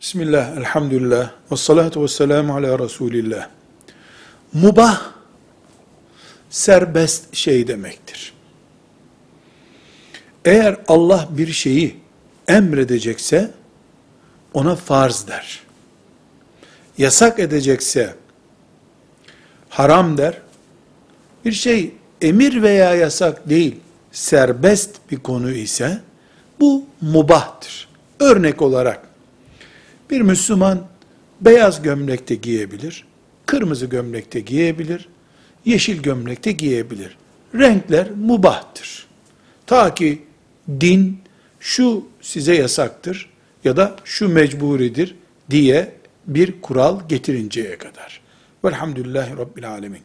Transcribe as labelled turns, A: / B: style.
A: Bismillah, elhamdülillah, ve salatu ve selamu ala Resulillah. Mubah, serbest şey demektir. Eğer Allah bir şeyi emredecekse, ona farz der. Yasak edecekse, haram der. Bir şey emir veya yasak değil, serbest bir konu ise, bu mubahtır. Örnek olarak, bir Müslüman beyaz gömlek de giyebilir, kırmızı gömlek de giyebilir, yeşil gömlek de giyebilir. Renkler mubahtır. Ta ki din şu size yasaktır ya da şu mecburidir diye bir kural getirinceye kadar. Velhamdülillahi Rabbil Alemin.